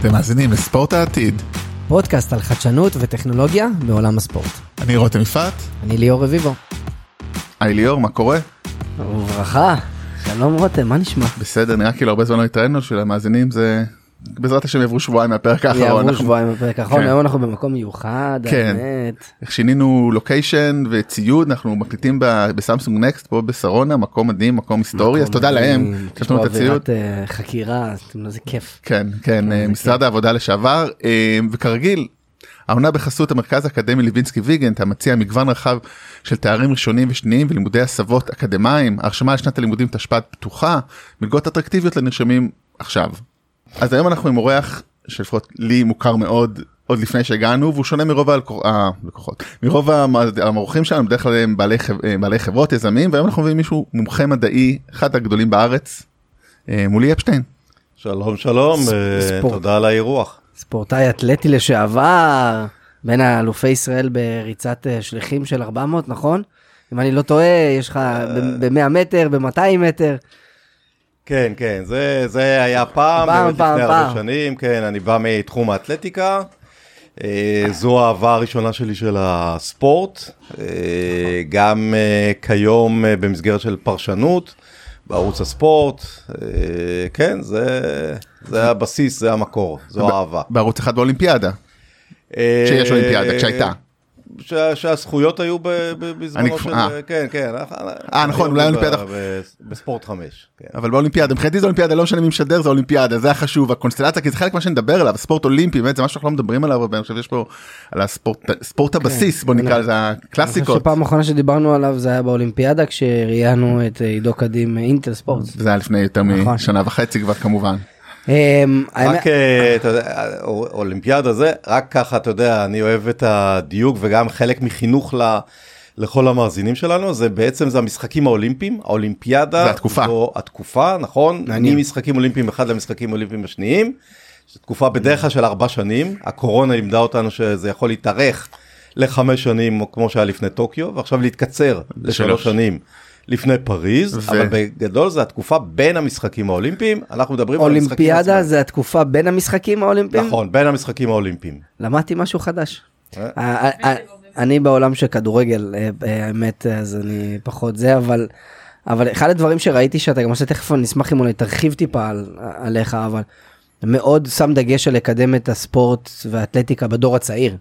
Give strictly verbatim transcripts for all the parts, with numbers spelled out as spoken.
אתם מאזינים לספורט העתיד, פודקאסט על חדשנות וטכנולוגיה בעולם הספורט. אני רותם יפעת. אני ליאור רביבו. היי ליאור, מה קורה? וברכה, שלום רותם, מה נשמע? בסדר, נראה כאילו הרבה זמן לא התראינו, של המאזינים זה... בעזרת השם יעברו שבועיים מהפרק האחרון. יעברו שבועיים מהפרק האחרון, היום אנחנו במקום מיוחד, האמת. שינינו לוקיישן וציוד, אנחנו מקליטים בסמסונג נקסט פה בשרונה, מקום מדהים, מקום היסטורי, אז תודה להם. יש פה אווירת חקירה, זה כיף. כן, כן, משרד העבודה לשעבר, וכרגיל, העונה בחסות המרכז האקדמי לוינסקי ויגנט, המציע מגוון רחב של תארים ראשונים ושניים ולימודי הסבות אקדמיים, הרשמה על שנת הלימודים תשפ"ד פתוחה, מלגות אטרקטיביות לנרשמים עכשיו. אז היום אנחנו עם אורח שלפחות לי מוכר מאוד עוד לפני שהגענו, והוא שונה מרוב הלקוחות, מרוב המארחים שלנו, בדרך כלל הם בעלי, בעלי חברות, יזמים, והיום אנחנו מביאים מישהו מומחה מדעי, אחד הגדולים בארץ, מולי אפשטיין. שלום שלום, ספורט. תודה על האירוח. ספורטאי אתלטי לשעבר, בין האלופי ישראל בריצת שליחים של ארבע מאות, נכון? אם אני לא טועה, יש לך ב-מאה מטר, ב-מאתיים מטר. כן, כן, זה, זה היה פעם, פעם, באמת פעם, לפני פעם. הרבה שנים, כן, אני בא מתחום האתלטיקה, זו האהבה הראשונה שלי של הספורט, גם כיום במסגרת של פרשנות, בערוץ הספורט, כן, זה, זה הבסיס, זה המקור, זו האהבה. בערוץ אחד באולימפיאדה, שיש אולימפיאדה, כשהייתה. שהזכויות היו בזמנו של... כן, כן. אה, נכון, אולי אולימפיאדה. בספורט חמש. אבל באולימפיאדה, מבחינתי זה אולימפיאדה, לא משנה מי משדר, זה אולימפיאדה, זה החשוב, הקונסטלציה, כי זה חלק מה שנדבר עליו, ספורט אולימפי, באמת, זה משהו שאנחנו לא מדברים עליו, אבל אני חושב שיש פה על ספורט הבסיס, בוא נקרא לזה הקלאסיקות. אני חושב שפעם האחרונה שדיברנו עליו, זה היה באולימפיאדה, כשראיינו את עידו קדים אינטל ספורט. זה היה לפני יותר משנה וחצי כבר, כמובן. רק, אתה יודע, אולימפיאדה זה, רק ככה, אתה יודע, אני אוהב את הדיוק, וגם חלק מחינוך לכל המאזינים שלנו, זה בעצם, זה המשחקים האולימפיים, האולימפיאדה, זה התקופה. זו התקופה, נכון? ממשחקים אולימפיים אחד למשחקים אולימפיים השניים, זו תקופה בדרך כלל של ארבע שנים, הקורונה לימדה אותנו שזה יכול להתארך לחמש שנים, כמו שהיה לפני טוקיו, ועכשיו להתקצר לשלוש שנים. לפני פריז, ו... אבל בגדול זה התקופה בין המשחקים האולימפיים, אנחנו מדברים על המשחקים עצמם. אולימפיאדה זה התקופה בין המשחקים האולימפיים? נכון, בין המשחקים האולימפיים. למדתי משהו חדש. אני בעולם של כדורגל, האמת, אז אני פחות זה, אבל אבל אחד הדברים שראיתי שאתה גם עושה, תכף נשמח אם אולי תרחיב טיפה עליך, אבל מאוד שם דגש על לקדם את הספורט והאתלטיקה בדור הצעיר.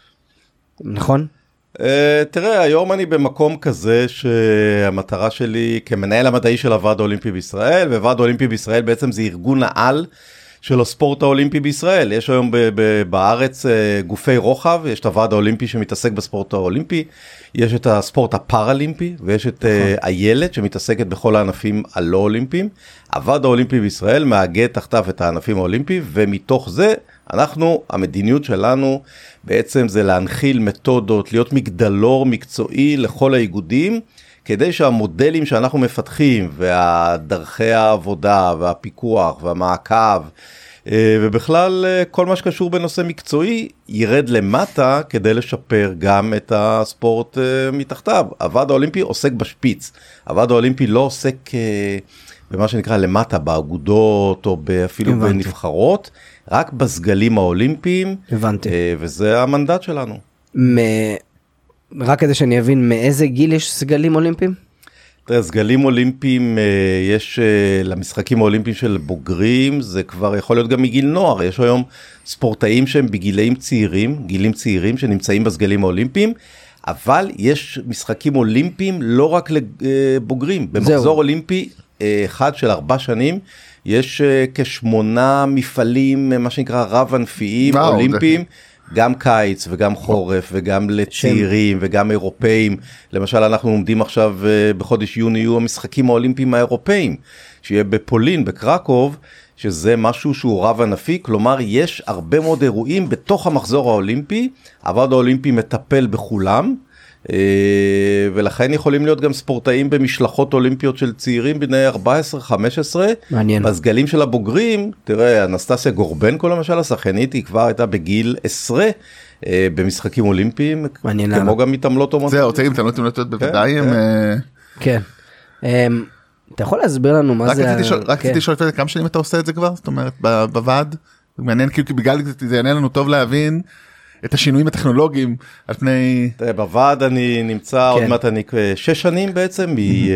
נכון? Uh, תראה, היום אני במקום כזה שהמטרה שלי כמנהל המדעי של הוועד האולימפי בישראל, וועד האולימפי בישראל בעצם זה ארגון העל של הספורט האולימפי בישראל. יש היום ב- ב- בארץ uh, גופי רוחב, יש את הוועד האולימפי שמתעסק בספורט האולימפי, יש את הספורט הפאראלימפי, ויש את uh, הילד שמתעסקת בכל הענפים הלא אולימפיים. הוועד האולימפי בישראל מאגד תחתיו את הענפים האולימפיים, ומתוך זה אנחנו, המדיניות שלנו בעצם זה להנחיל מתודות, להיות מגדלור מקצועי לכל האיגודים, כדי שהמודלים שאנחנו מפתחים, והדרכי העבודה, והפיקוח, והמעקב, ובכלל כל מה שקשור בנושא מקצועי, ירד למטה כדי לשפר גם את הספורט מתחתיו. הוועד האולימפי עוסק בשפיץ, הוועד האולימפי לא עוסק במה שנקרא למטה, באגודות, או אפילו הבנתי. בנבחרות, רק בסגלים האולימפיים, הבנתי. וזה המנדט שלנו. מ... רק כדי שאני אבין, מאיזה גיל יש סגלים אולימפיים? תראה, סגלים אולימפיים, יש למשחקים האולימפיים של בוגרים, זה כבר יכול להיות גם מגיל נוער, יש היום ספורטאים שהם בגילאים צעירים, גילים צעירים שנמצאים בסגלים האולימפיים, אבל יש משחקים אולימפיים לא רק לבוגרים, במחזור זהו. אולימפי אחד של ארבע שנים, יש כשמונה מפעלים, מה שנקרא רב ענפיים וואו, אולימפיים, זה... גם קיץ וגם חורף וגם לצעירים שם. וגם אירופאים. למשל אנחנו עומדים עכשיו בחודש יוני, יהיו המשחקים האולימפיים האירופאים, שיהיה בפולין, בקרקוב, שזה משהו שהוא רב ענפי, כלומר יש הרבה מאוד אירועים בתוך המחזור האולימפי, הוועד האולימפי מטפל בכולם, ולכן יכולים להיות גם ספורטאים במשלחות אולימפיות של צעירים בני ארבע עשרה חמש עשרה. מעניין. בסגלים של הבוגרים, תראה, אנסטסיה גורבנקו למשל, השחקנית, היא כבר הייתה בגיל עשרה במשחקים אולימפיים, מעניין. כמו גם מתעמלות אומנות. זהו, רוצה מתעמלות אומנות בוודאי. כן. אתה יכול להסביר לנו מה זה... רק רציתי לשאול, כמה שנים אתה עושה את זה כבר? זאת אומרת, בוועד? מעניין, כאילו, בגלל זה יעניין לנו טוב להבין את השינויים הטכנולוגיים על פני... בוועד אני נמצא, עוד מעט אני שש שנים בעצם,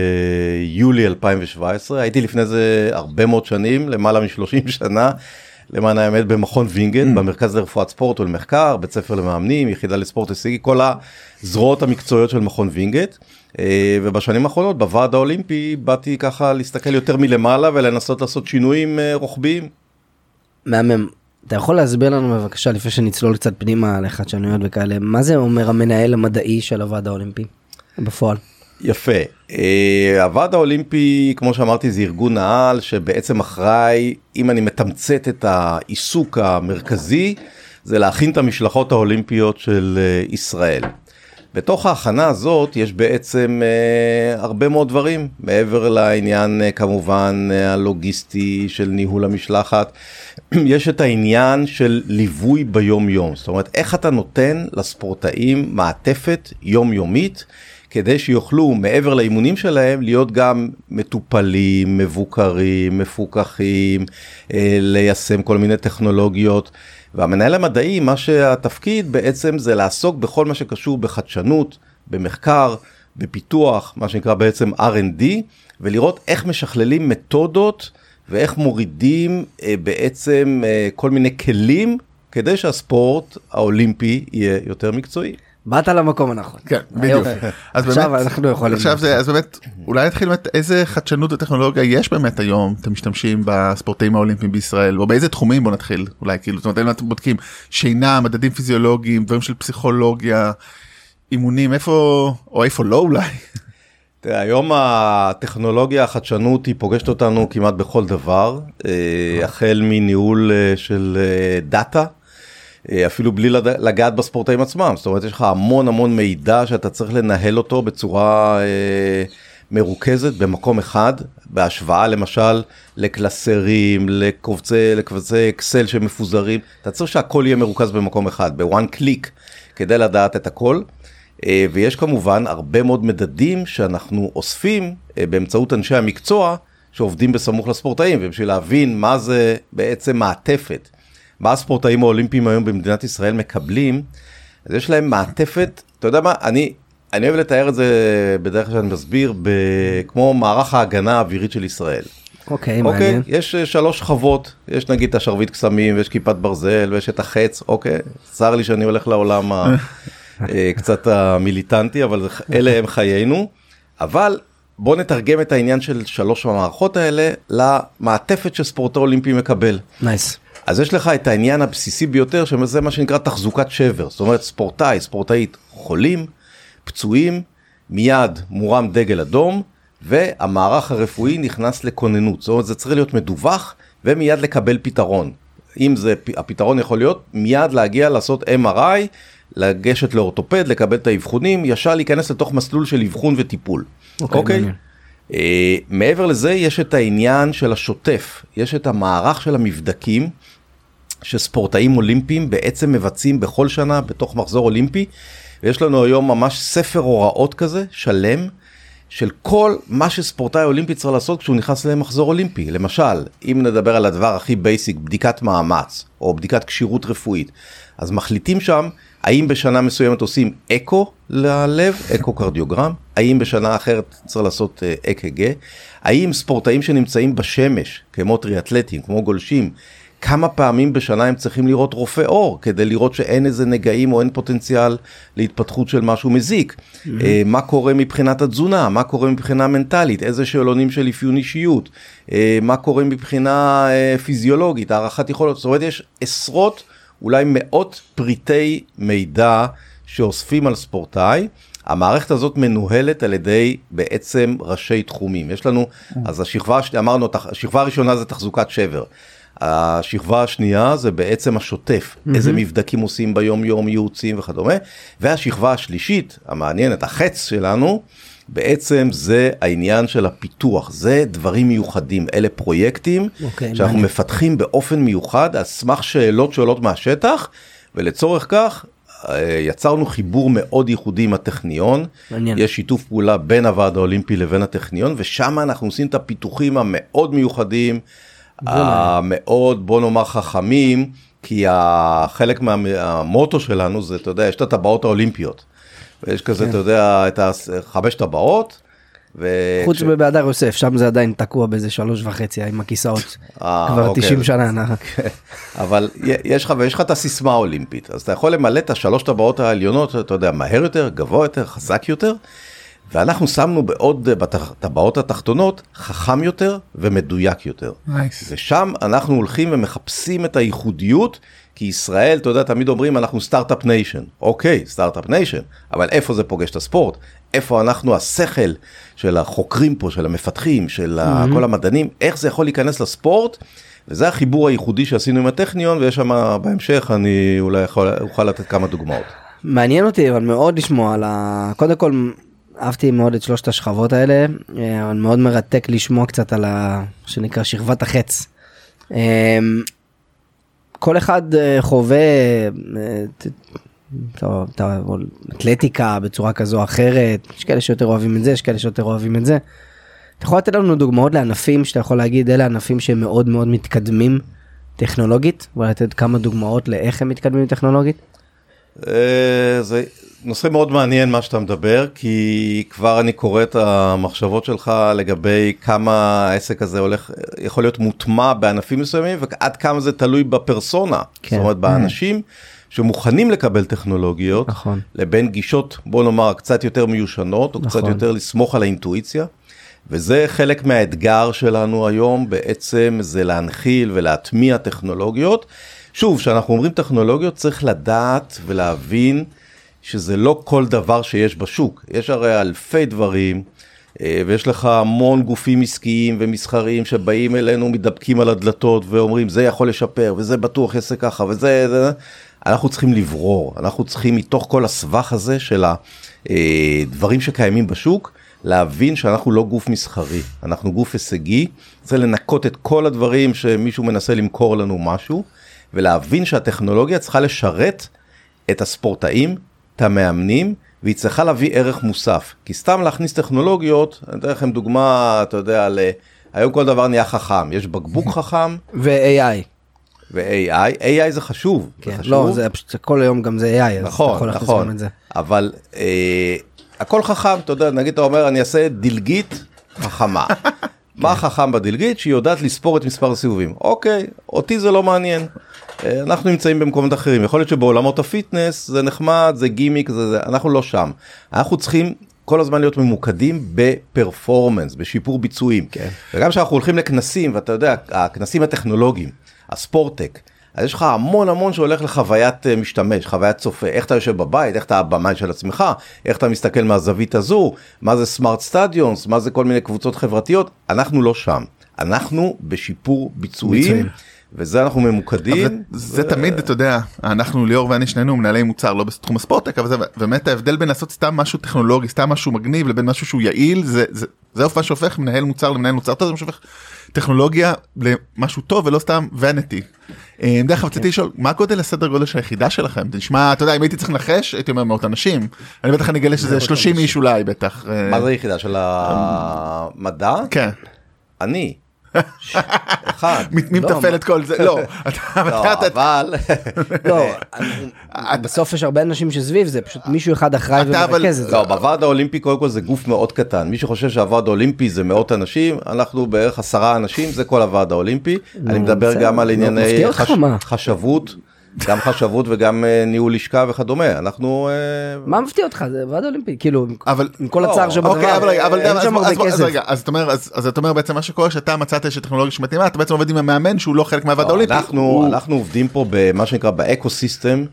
מיולי אלפיים שבע עשרה, הייתי לפני זה הרבה מאוד שנים, למעלה מ-שלושים שנה, למען האמת במכון וינגייט, במרכז לרפואת ספורט ולמחקר, בית ספר למאמנים, יחידה לספורט הישגי, כל הזרועות המקצועיות של מכון וינגייט, ובשנים האחרונות בוועד האולימפי באתי ככה להסתכל יותר מלמעלה ולנסות לעשות שינויים רוחביים. מהמם. אתה יכול להסביר לנו בבקשה, לפני שנצלול קצת פנימה לחדשנויות וכאלה, מה זה אומר המנהל המדעי של הוועד האולימפי בפועל? יפה. הוועד האולימפי, כמו שאמרתי, זה ארגון העל שבעצם אחראי, אם אני מתמצת את העיסוק המרכזי, זה להכין את המשלחות האולימפיות של ישראל. בתוך ההכנה הזאת יש בעצם אה, הרבה מאוד דברים, מעבר לעניין אה, כמובן אה, הלוגיסטי של ניהול המשלחת, יש את העניין של ליווי ביום יום, זאת אומרת איך אתה נותן לספורטאים מעטפת יומיומית, כדי שיוכלו מעבר לאימונים שלהם להיות גם מטופלים, מבוקרים, מפוקחים, אה, ליישם כל מיני טכנולוגיות, והמנהל המדעי, מה שהתפקיד בעצם זה לעסוק בכל מה שקשור בחדשנות, במחקר, בפיתוח, מה שנקרא בעצם אר אנד די, ולראות איך משכללים מתודות, ואיך מורידים אה, בעצם אה, כל מיני כלים, כדי שהספורט האולימפי יהיה יותר מקצועי. באת למקום הנכון. כן, בדיוק. עכשיו אנחנו יכולים. עכשיו זה, אז באמת, אולי נתחיל באמת איזה חדשנות וטכנולוגיה יש באמת היום, אתם משתמשים בספורטאים האולימפיים בישראל, או באיזה תחומים בוא נתחיל, אולי כאילו, זאת אומרת, אם אתם בודקים שינה, מדדים פיזיולוגיים, דברים של פסיכולוגיה, אימונים, איפה, או איפה לא אולי? תראה, היום הטכנולוגיה, החדשנות, היא פוגשת אותנו כמעט בכל דבר, החל מניהול של דאטה, אפילו בלי לגעת בספורטאים עצמם, זאת אומרת, יש לך המון המון מידע שאתה צריך לנהל אותו בצורה אה, מרוכזת במקום אחד, בהשוואה למשל לקלסרים, לקובצי, לקבצי אקסל שמפוזרים, אתה צריך שהכל יהיה מרוכז במקום אחד, בוואן קליק, כדי לדעת את הכל, אה, ויש כמובן הרבה מאוד מדדים שאנחנו אוספים אה, באמצעות אנשי המקצוע, שעובדים בסמוך לספורטאים, ובשביל להבין מה זה בעצם מעטפת, מה הספורטאים האולימפיים היום במדינת ישראל מקבלים, אז יש להם מעטפת, אתה יודע מה, אני, אני אוהב לתאר את זה בדרך כלל שאני מסביר, ב, כמו מערך ההגנה האווירית של ישראל. אוקיי, מעניין. יש שלוש שכבות, יש נגיד את השרביט קסמים, ויש כיפת ברזל, ויש את החץ, אוקיי, צר לי שאני הולך לעולם ה, קצת המיליטנטי, אבל אלה הם חיינו, אבל בוא נתרגם את העניין של שלוש המערכות האלה, למעטפת שספורט האולימפי מקבל. נייס. אז יש לך את העניין הבסיסי ביותר, שזה מה שנקרא תחזוקת שבר. זאת אומרת, ספורטאי, ספורטאית, חולים, פצועים, מיד מורם דגל אדום, והמערך הרפואי נכנס לכוננות. זאת אומרת, זה צריך להיות מדווח, ומיד לקבל פתרון. אם זה, הפתרון יכול להיות, מיד להגיע לעשות אם אר איי, לגשת לאורתופד, לקבל את האבחונים, ישר להיכנס לתוך מסלול של אבחון וטיפול. אוקיי? אוקיי? Uh, מעבר לזה יש את העניין של השוטף, יש את המערך של המבדקים שספורטאים אולימפיים בעצם מבצעים בכל שנה בתוך מחזור אולימפי, ויש לנו היום ממש ספר הוראות כזה, שלם, של כל מה שספורטאי אולימפי צריך לעשות כשהוא נכנס למחזור אולימפי. למשל, אם נדבר על הדבר הכי בייסיק, בדיקת מאמץ, או בדיקת קשירות רפואית, אז מחליטים שם, האם בשנה מסוימת עושים אקו ללב, אקו קרדיוגרם, האם בשנה אחרת צריך לעשות אק ג', האם ספורטאים שנמצאים בשמש, כמו טריאטלטים, כמו גולשים, כמה פעמים בשנה הם צריכים לראות רופא אור, כדי לראות שאין איזה נגעים או אין פוטנציאל להתפתחות של משהו מזיק. Mm-hmm. מה קורה מבחינת התזונה, מה קורה מבחינה מנטלית, איזה שאלונים של אפיון אישיות, מה קורה מבחינה פיזיולוגית, הערכת יכולות, זאת אומרת יש עשרות, אולי מאות פריטי מידע שאוספים על ספורטאי, המערכת הזאת מנוהלת על ידי בעצם ראשי תחומים. יש לנו, אז השכבה, אמרנו, השכבה הראשונה זה תחזוקת שבר. השכבה השנייה זה בעצם השוטף, mm-hmm. איזה מבדקים עושים ביום יום, ייעוצים וכדומה, והשכבה השלישית, המעניינת, החץ שלנו, בעצם זה העניין של הפיתוח, זה דברים מיוחדים, אלה פרויקטים okay, שאנחנו מעניין. מפתחים באופן מיוחד, על סמך שאלות שעולות מהשטח, ולצורך כך יצרנו חיבור מאוד ייחודי עם הטכניון, מעניין. יש שיתוף פעולה בין הוועד האולימפי לבין הטכניון, ושם אנחנו עושים את הפיתוחים המאוד מיוחדים, המאוד, בוא נאמר, חכמים, כי חלק מהמוטו שלנו זה, אתה יודע, יש את הטבעות האולימפיות, ויש כזה, אתה יודע, את חמש טבעות, חוץ מבהדר יוסף, שם זה עדיין תקוע באיזה שלוש וחצי עם הכיסאות, כבר תשעים שנה. אבל יש לך, ויש לך את הסיסמה האולימפית, אז אתה יכול למלא את השלוש טבעות העליונות, אתה יודע, מהר יותר, גבוה יותר, חזק יותר, ואנחנו שמנו בעוד בטבעות התחתונות, חכם יותר ומדויק יותר. ושם אנחנו הולכים ומחפשים את הייחודיות, כי ישראל, אתה יודע, תמיד אומרים, אנחנו סטארט-אפ ניישן. אוקיי, סטארט-אפ ניישן, אבל איפה זה פוגש את הספורט? איפה אנחנו, השכל של החוקרים פה, של המפתחים, של mm-hmm. כל המדענים, איך זה יכול להיכנס לספורט? וזה החיבור הייחודי שעשינו עם הטכניון, ויש שם בהמשך, אני אולי יכול, אוכל לתת כמה דוגמאות. מעניין אותי, אבל מאוד לשמוע על ה... קודם כל, אהבתי מאוד את שלושת השכבות האלה, אבל מאוד מרתק לשמוע קצת על ה... שנקרא שכבת החץ. כל אחד חווה אתלטיקה בצורה כזו או אחרת, יש כאלה שיותר אוהבים את זה, יש כאלה שיותר אוהבים את זה. אתה יכול לתת לנו דוגמאות לענפים שאתה יכול להגיד, אלה ענפים שהם מאוד מאוד מתקדמים טכנולוגית, ולתת כמה דוגמאות לאיך הם מתקדמים טכנולוגית? זה נושא מאוד מעניין מה שאתה מדבר, כי כבר אני קורא את המחשבות שלך לגבי כמה העסק הזה הולך, יכול להיות מוטמע בענפים מסוימים, ועד כמה זה תלוי בפרסונה, כן. זאת אומרת באנשים שמוכנים לקבל טכנולוגיות, נכון. לבין גישות, בוא נאמר, קצת יותר מיושנות, או נכון. קצת יותר לסמוך על האינטואיציה, וזה חלק מהאתגר שלנו היום, בעצם זה להנחיל ולהטמיע טכנולוגיות. שוב, כשאנחנו אומרים טכנולוגיות, צריך לדעת ולהבין שזה לא כל דבר שיש בשוק. יש הרי אלפי דברים, ויש לך המון גופים עסקיים ומסחריים שבאים אלינו, מתדפקים על הדלתות ואומרים, זה יכול לשפר, וזה בטוח יעשה ככה, וזה... זה... אנחנו צריכים לברור, אנחנו צריכים מתוך כל הסבך הזה של הדברים שקיימים בשוק, להבין שאנחנו לא גוף מסחרי, אנחנו גוף הישגי, צריך לנקות את כל הדברים שמישהו מנסה למכור לנו משהו, ולהבין שהטכנולוגיה צריכה לשרת את הספורטאים, את המאמנים, והיא צריכה להביא ערך מוסף. כי סתם להכניס טכנולוגיות, אני אתן לכם דוגמה, אתה יודע, היום כל דבר נהיה חכם, יש בקבוק חכם. ו-איי איי. ו-איי איי, איי איי זה חשוב. כן, זה חשוב. לא, זה פשוט, כל היום גם זה איי איי, נכון, אז אתה יכול להכניס נכון, גם את זה. אבל אה, הכל חכם, אתה יודע, נגיד אתה אומר, אני אעשה דלגית חכמה. מה חכם בדלגית? שהיא יודעת לספור את מספר הסיבובים. אוקיי, אותי זה לא מעניין. אנחנו נמצאים במקומות אחרים. יכול להיות שבעולמות הפיטנס זה נחמד, זה גימיק, זה, זה, אנחנו לא שם. אנחנו צריכים כל הזמן להיות ממוקדים בפרפורמנס, בשיפור ביצועים. כן. וגם כשאנחנו הולכים לכנסים, ואתה יודע, הכנסים הטכנולוגיים, הספורטק, אז יש לך המון המון שהולך לחוויית משתמש, חוויית צופה, איך אתה יושב בבית, איך אתה הבמאי של עצמך, איך אתה מסתכל מהזווית הזו, מה זה סמארט סטדיונס, מה זה כל מיני קבוצות חברתיות, אנחנו לא שם, אנחנו בשיפור ביצועים, ביצועים. וזה אנחנו ממוקדים. זה תמיד, אתה יודע, אנחנו ליאור ואני שנינו מנהלי מוצר, לא בתחום הספורטק, אבל זה באמת ההבדל בין לעשות סתם משהו טכנולוגי, סתם משהו מגניב, לבין משהו שהוא יעיל, זה אופן שהופך מנהל מוצר למנהל מוצר, זה שהופך טכנולוגיה למשהו טוב ולא סתם ואניטי. דרך רציתי לשאול, מה גודל הסדר גודל של היחידה שלכם? תשמע, אתה יודע, אם הייתי צריך לנחש, הייתי אומר מאות אנשים, אני בטח אני אגלה שזה שלושים איש אולי, בטח. מה זה היחידה של המדע? כן. אני. אחד. מי מטפל את כל זה? לא. אבל... לא, בסוף יש הרבה אנשים שסביב זה, פשוט מישהו אחד אחראי ומרכז את זה. לא, בוועד האולימפי קודם כל זה גוף מאוד קטן. מי שחושב שהוועד האולימפי זה מאות אנשים, אנחנו בערך עשרה אנשים, זה כל הוועד האולימפי. אני מדבר גם על ענייני חשבות. גם חשבות וגם ניהול לשכה וכדומה, אנחנו... מה מפתיע אותך? זה ועד אולימפי, כאילו, עם כל הצער שבדבר, אין שם הרבה כסף. אז אתה אומר בעצם מה שקורה, שאתה מצאת איזושהי טכנולוגיה שמתאימה, אתה בעצם עובד עם המאמן שהוא לא חלק מהוועד האולימפי. אנחנו עובדים פה במה שנקרא באקוסיסטם,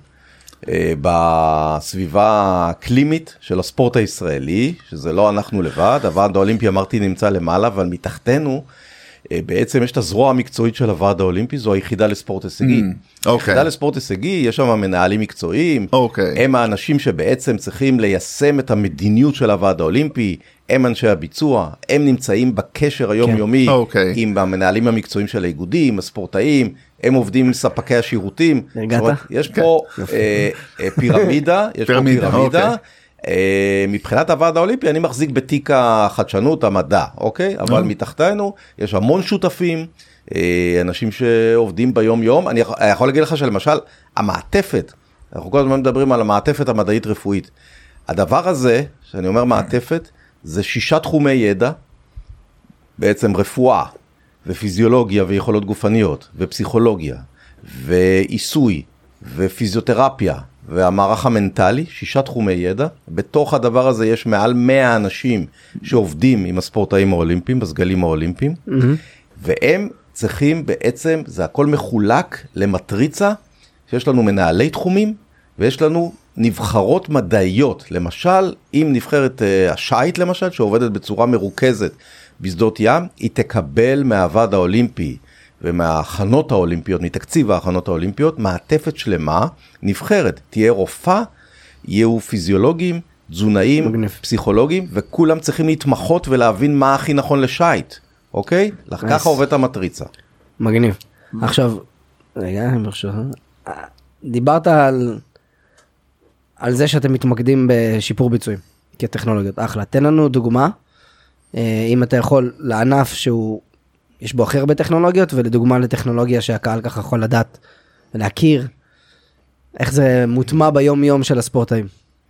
בסביבה הקלימית של הספורט הישראלי, שזה לא אנחנו לבד, הוועד האולימפי אמרתי נמצא למעלה, אבל מתחתנו, בעצם יש את הזרוע המקצועית של הוועד האולימפי, זו היחידה לספורט הישגי. היחידה לספורט הישגי, יש שם מנהלים מקצועיים, הם האנשים שבעצם צריכים ליישם את המדיניות של הוועד האולימפי, הם אנשי הביצוע, הם נמצאים בקשר היומיומי עם המנהלים המקצועיים של האיגודים, הספורטאים, הם עובדים עם ספקי השירותים. יש פה פירמידה, יש פה פירמידה, מבחינת הוועד האולימפי, אני מחזיק בתיק החדשנות, המדע, אוקיי? אבל מתחתנו, יש המון שותפים, אנשים שעובדים ביום יום. אני יכול להגיד לך שלמשל, המעטפת, אנחנו כל הזמן מדברים על המעטפת המדעית רפואית. הדבר הזה, שאני אומר מעטפת, זה שישה תחומי ידע, בעצם רפואה, ופיזיולוגיה ויכולות גופניות, ופסיכולוגיה, ועיסוי, ופיזיותרפיה, והמערך המנטלי, שישה תחומי ידע. בתוך הדבר הזה יש מעל מאה אנשים שעובדים עם הספורטאים האולימפיים, בסגלים האולימפיים, mm-hmm. והם צריכים בעצם, זה הכל מחולק למטריצה, שיש לנו מנהלי תחומים, ויש לנו נבחרות מדעיות. למשל, אם נבחרת uh, השייט למשל, שעובדת בצורה מרוכזת בשדות ים, היא תקבל מהוועד האולימפי, ומההכנות האולימפיות, מתקציב ההכנות האולימפיות, מעטפת שלמה, נבחרת, תהיה רופאה, יהיו פיזיולוגים, תזונאים, מגניב. פסיכולוגים, וכולם צריכים להתמחות ולהבין מה הכי נכון לשייט, אוקיי? לך ככה עובד המטריצה. מגניב. עכשיו, רגע, דיברת על, על זה שאתם מתמקדים בשיפור ביצועים, כטכנולוגיות, אחלה. תן לנו דוגמה, אם אתה יכול, לענף שהוא, יש בו הכי הרבה טכנולוגיות, ולדוגמה לטכנולוגיה שהקהל ככה יכול לדעת ולהכיר, איך זה מוטמע ביום יום של הספורטאים.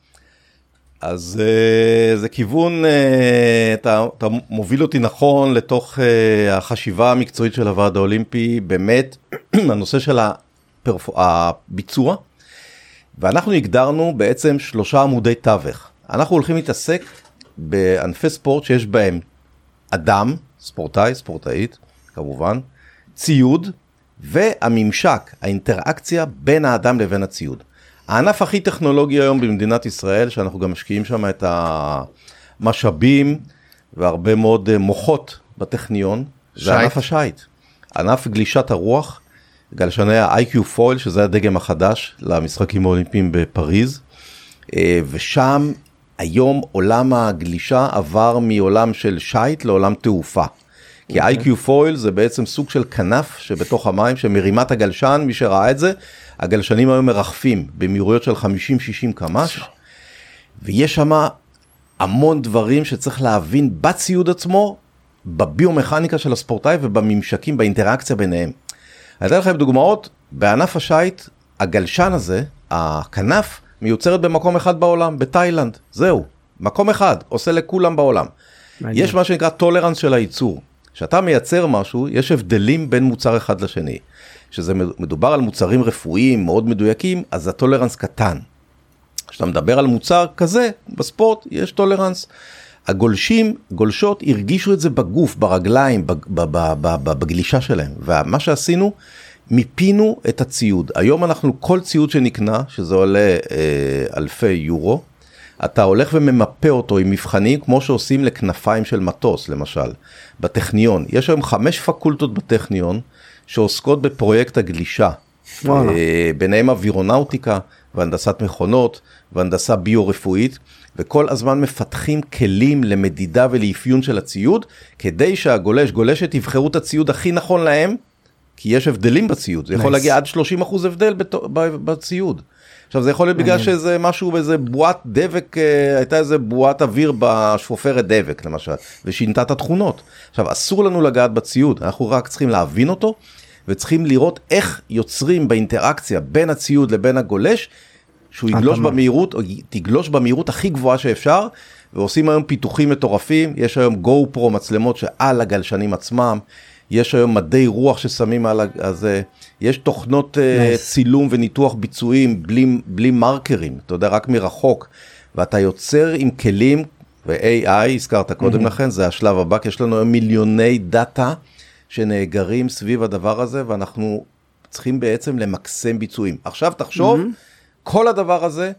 אז זה כיוון, אתה, אתה מוביל אותי נכון לתוך החשיבה המקצועית של הוועד האולימפי, באמת הנושא של הפרפ... הביצוע, ואנחנו הגדרנו בעצם שלושה עמודי תווך. אנחנו הולכים להתעסק בענפי ספורט שיש בהם אדם, ספורטאי, ספורטאית, כמובן, ציוד, והממשק, האינטראקציה בין האדם לבין הציוד. הענף הכי טכנולוגי היום במדינת ישראל, שאנחנו גם משקיעים שם את המשאבים, והרבה מאוד מוחות בטכניון, זה ענף השייט. ענף גלישת הרוח, גלשני ה-איי קיו Foil, שזה הדגם החדש למשחקים האולימפיים בפריז, ושם היום עולם הגלישה עבר מעולם של שייט לעולם תעופה. כי איי קיו Foil זה בעצם סוג של כנף שבתוך המים, שמרימת הגלשן, מי שראה את זה, הגלשנים היום מרחפים במהירויות של חמישים שישים קמ"ש, ויש שם המון דברים שצריך להבין בציוד עצמו, בביומכניקה של הספורטאי ובממשקים, באינטראקציה ביניהם. אני אתן לכם דוגמאות, בענף השייט, הגלשן הזה, הכנף, מיוצרת במקום אחד בעולם, בתאילנד, זהו, מקום אחד, עושה לכולם בעולם. מעניין. יש מה שנקרא טולרנס של הייצור. כשאתה מייצר משהו, יש הבדלים בין מוצר אחד לשני. שזה מדובר על מוצרים רפואיים מאוד מדויקים, אז הטולרנס קטן. כשאתה מדבר על מוצר כזה, בספורט יש טולרנס. הגולשים, גולשות, הרגישו את זה בגוף, ברגליים, בגלישה שלהם. ומה שעשינו, מיפינו את הציוד. היום אנחנו, כל ציוד שנקנה, שזה עולה אה, אלפי יורו, אתה הולך וממפה אותו עם מבחנים, כמו שעושים לכנפיים של מטוס, למשל, בטכניון. יש היום חמש פקולטות בטכניון, שעוסקות בפרויקט הגלישה. אה, ביניהם אווירונאוטיקה, והנדסת מכונות, והנדסה ביו-רפואית, וכל הזמן מפתחים כלים למדידה ולאפיון של הציוד, כדי שהגולש, גולשת, יבחרו את הציוד הכי נכון להם, כי יש הבדלים בציוד, זה יכול להגיע עד שלושים אחוז הבדל בציוד. עכשיו זה יכול להיות בגלל שזה משהו באיזה בועת דבק, הייתה איזה בועת אוויר בשפופרת דבק למשל, ושינתה את התכונות. עכשיו אסור לנו לגעת בציוד, אנחנו רק צריכים להבין אותו, וצריכים לראות איך יוצרים באינטראקציה בין הציוד לבין הגולש, שהוא יגלוש במהירות, או תגלוש במהירות הכי גבוהה שאפשר, ועושים היום פיתוחים מטורפים, יש היום גו פרו מצלמות שעל הגלשנים עצמם, יש היום מדי רוח ששמים על הזה, יש תוכנות nice. צילום וניתוח ביצועים בלי, בלי מרקרים, אתה יודע, רק מרחוק, ואתה יוצר עם כלים, ו-איי איי, הזכרת קודם mm-hmm. לכן, זה השלב הבא, כי יש לנו היום מיליוני דאטה שנאגרים סביב הדבר הזה, ואנחנו צריכים בעצם למקסם ביצועים. עכשיו תחשוב, mm-hmm. כל הדבר הזה,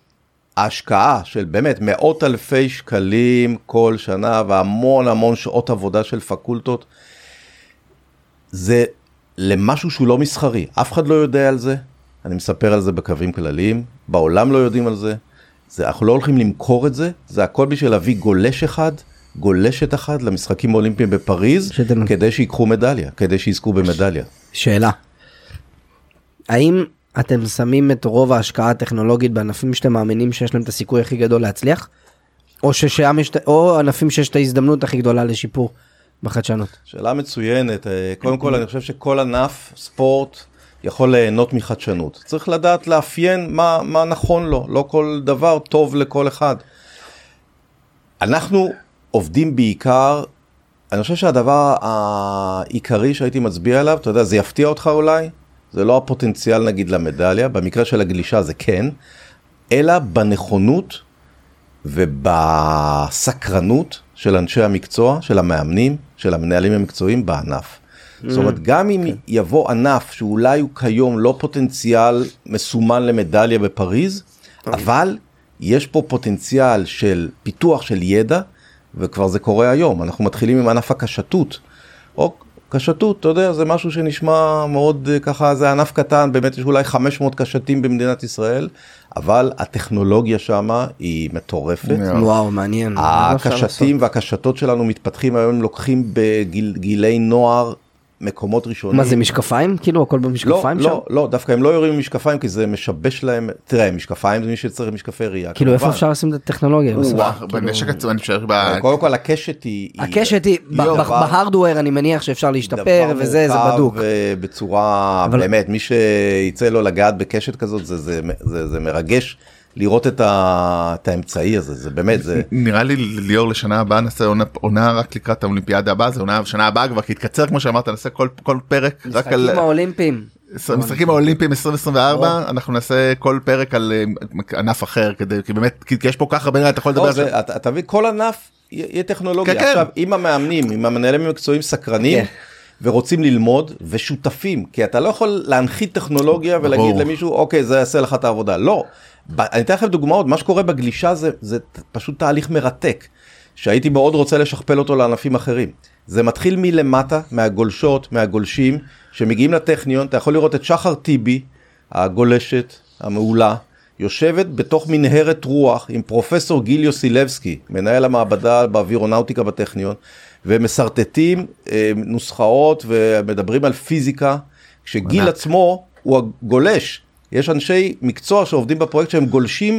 ההשקעה של באמת מאות אלפי שקלים כל שנה, והמון המון שעות עבודה של פקולטות, זה למשהו שהוא לא מסחרי. אף אחד לא יודע על זה. אני מספר על זה בקווים כלליים. בעולם לא יודעים על זה. זה אנחנו לא הולכים למכור את זה. זה הכל בשביל להביא גולש אחד, גולשת אחד למשחקים האולימפיים בפריז, שתן... כדי שיקחו מדליה, כדי שיזכו במדליה. שאלה. האם אתם שמים את רוב ההשקעה הטכנולוגית בענפים שאתם מאמינים שיש להם את הסיכוי הכי גדול להצליח? או, ששם יש, או ענפים שיש את ההזדמנות הכי גדולה לשיפור? בחדשנות. שאלה מצוינת. קודם כל, אני חושב שכל ענף ספורט יכול ליהנות מחדשנות. צריך לדעת לאפיין מה, מה נכון לו. לא כל דבר טוב לכל אחד. אנחנו עובדים בעיקר, אני חושב שהדבר העיקרי שהייתי מצביע עליו, אתה יודע, זה יפתיע אותך אולי, זה לא הפוטנציאל נגיד למדליה, במקרה של הגלישה זה כן, אלא בנכונות ובסקרנות של אנשי המקצוע, של המאמנים, של המנהלים המקצועיים בענף. זאת אומרת, גם אם יבוא ענף שאולי הוא כיום לא פוטנציאל מסומן למדליה בפריז, אבל יש פה פוטנציאל של פיתוח של ידע, וכבר זה קורה היום. אנחנו מתחילים עם ענף הקשתות. או קשתות, אתה יודע, זה משהו שנשמע מאוד ככה, זה ענף קטן, באמת יש אולי חמש מאות קשתים במדינת ישראל, אבל הטכנולוגיה שמה היא מטורפת. וואו, מעניין. הקשתים והקשתות שלנו מתפתחים היום, לוקחים בגילי נוער, מקומות ראשונים. מה זה משקפיים? כאילו הכל במשקפיים לא, שם? לא, לא, דווקא הם לא יורים עם משקפיים, כי זה משבש להם, תראה, משקפיים זה מי שצריך משקפי ראייה. כאילו איפה אפשר לשים את הטכנולוגיה? בנשק עצמו, אני חושב... קודם כל, הקשת היא... הקשת היא, בהרדוור אני מניח שאפשר להשתפר, וזה, זה בדוק. בצורה, באמת, מי שיצא לו לגעת בקשת כזאת, זה מרגש. לראות את, ה... את האמצעי הזה, זה באמת, זה... נראה לי ליאור לשנה הבאה נעשה עונה, עונה רק לקראת האולימפיאדה הבאה, זה עונה שנה הבאה כבר, כי התקצר כמו שאמרת, נעשה כל, כל פרק רק על... משחקים האולימפיים. משחקים האולימפיים עשרים עשרים וארבע, אנחנו נעשה כל פרק על ענף אחר, כדי, כי באמת, כי יש פה ככה בין, אתה יכול לדבר... זה, אתה, אתה מבין, כל ענף יהיה טכנולוגיה. כן, עכשיו, כן. עם המאמנים, עם המנהלים המקצועיים סקרנים, כן. ורוצים ללמוד, ושותפים, כי אתה לא יכול להנחית טכנולוגיה ולהגיד למישהו, אוקיי, זה יעשה לך את העבודה. לא. אני אתן לכם דוגמאות, מה שקורה בגלישה זה, זה פשוט תהליך מרתק, שהייתי מאוד רוצה לשכפל אותו לענפים אחרים. זה מתחיל מלמטה, מהגולשות, מהגולשים, שמגיעים לטכניון, אתה יכול לראות את שחר טיבי, הגולשת, המעולה, יושבת בתוך מנהרת רוח עם פרופסור גיל יוסילבסקי, מנהל המעבדה באווירונאוטיקה בטכניון, ומסרטטים אה, נוסחאות ומדברים על פיזיקה, כשגיל מנק. עצמו הוא הגולש, יש אנשי מקצוע שעובדים בפרויקט שהם גולשים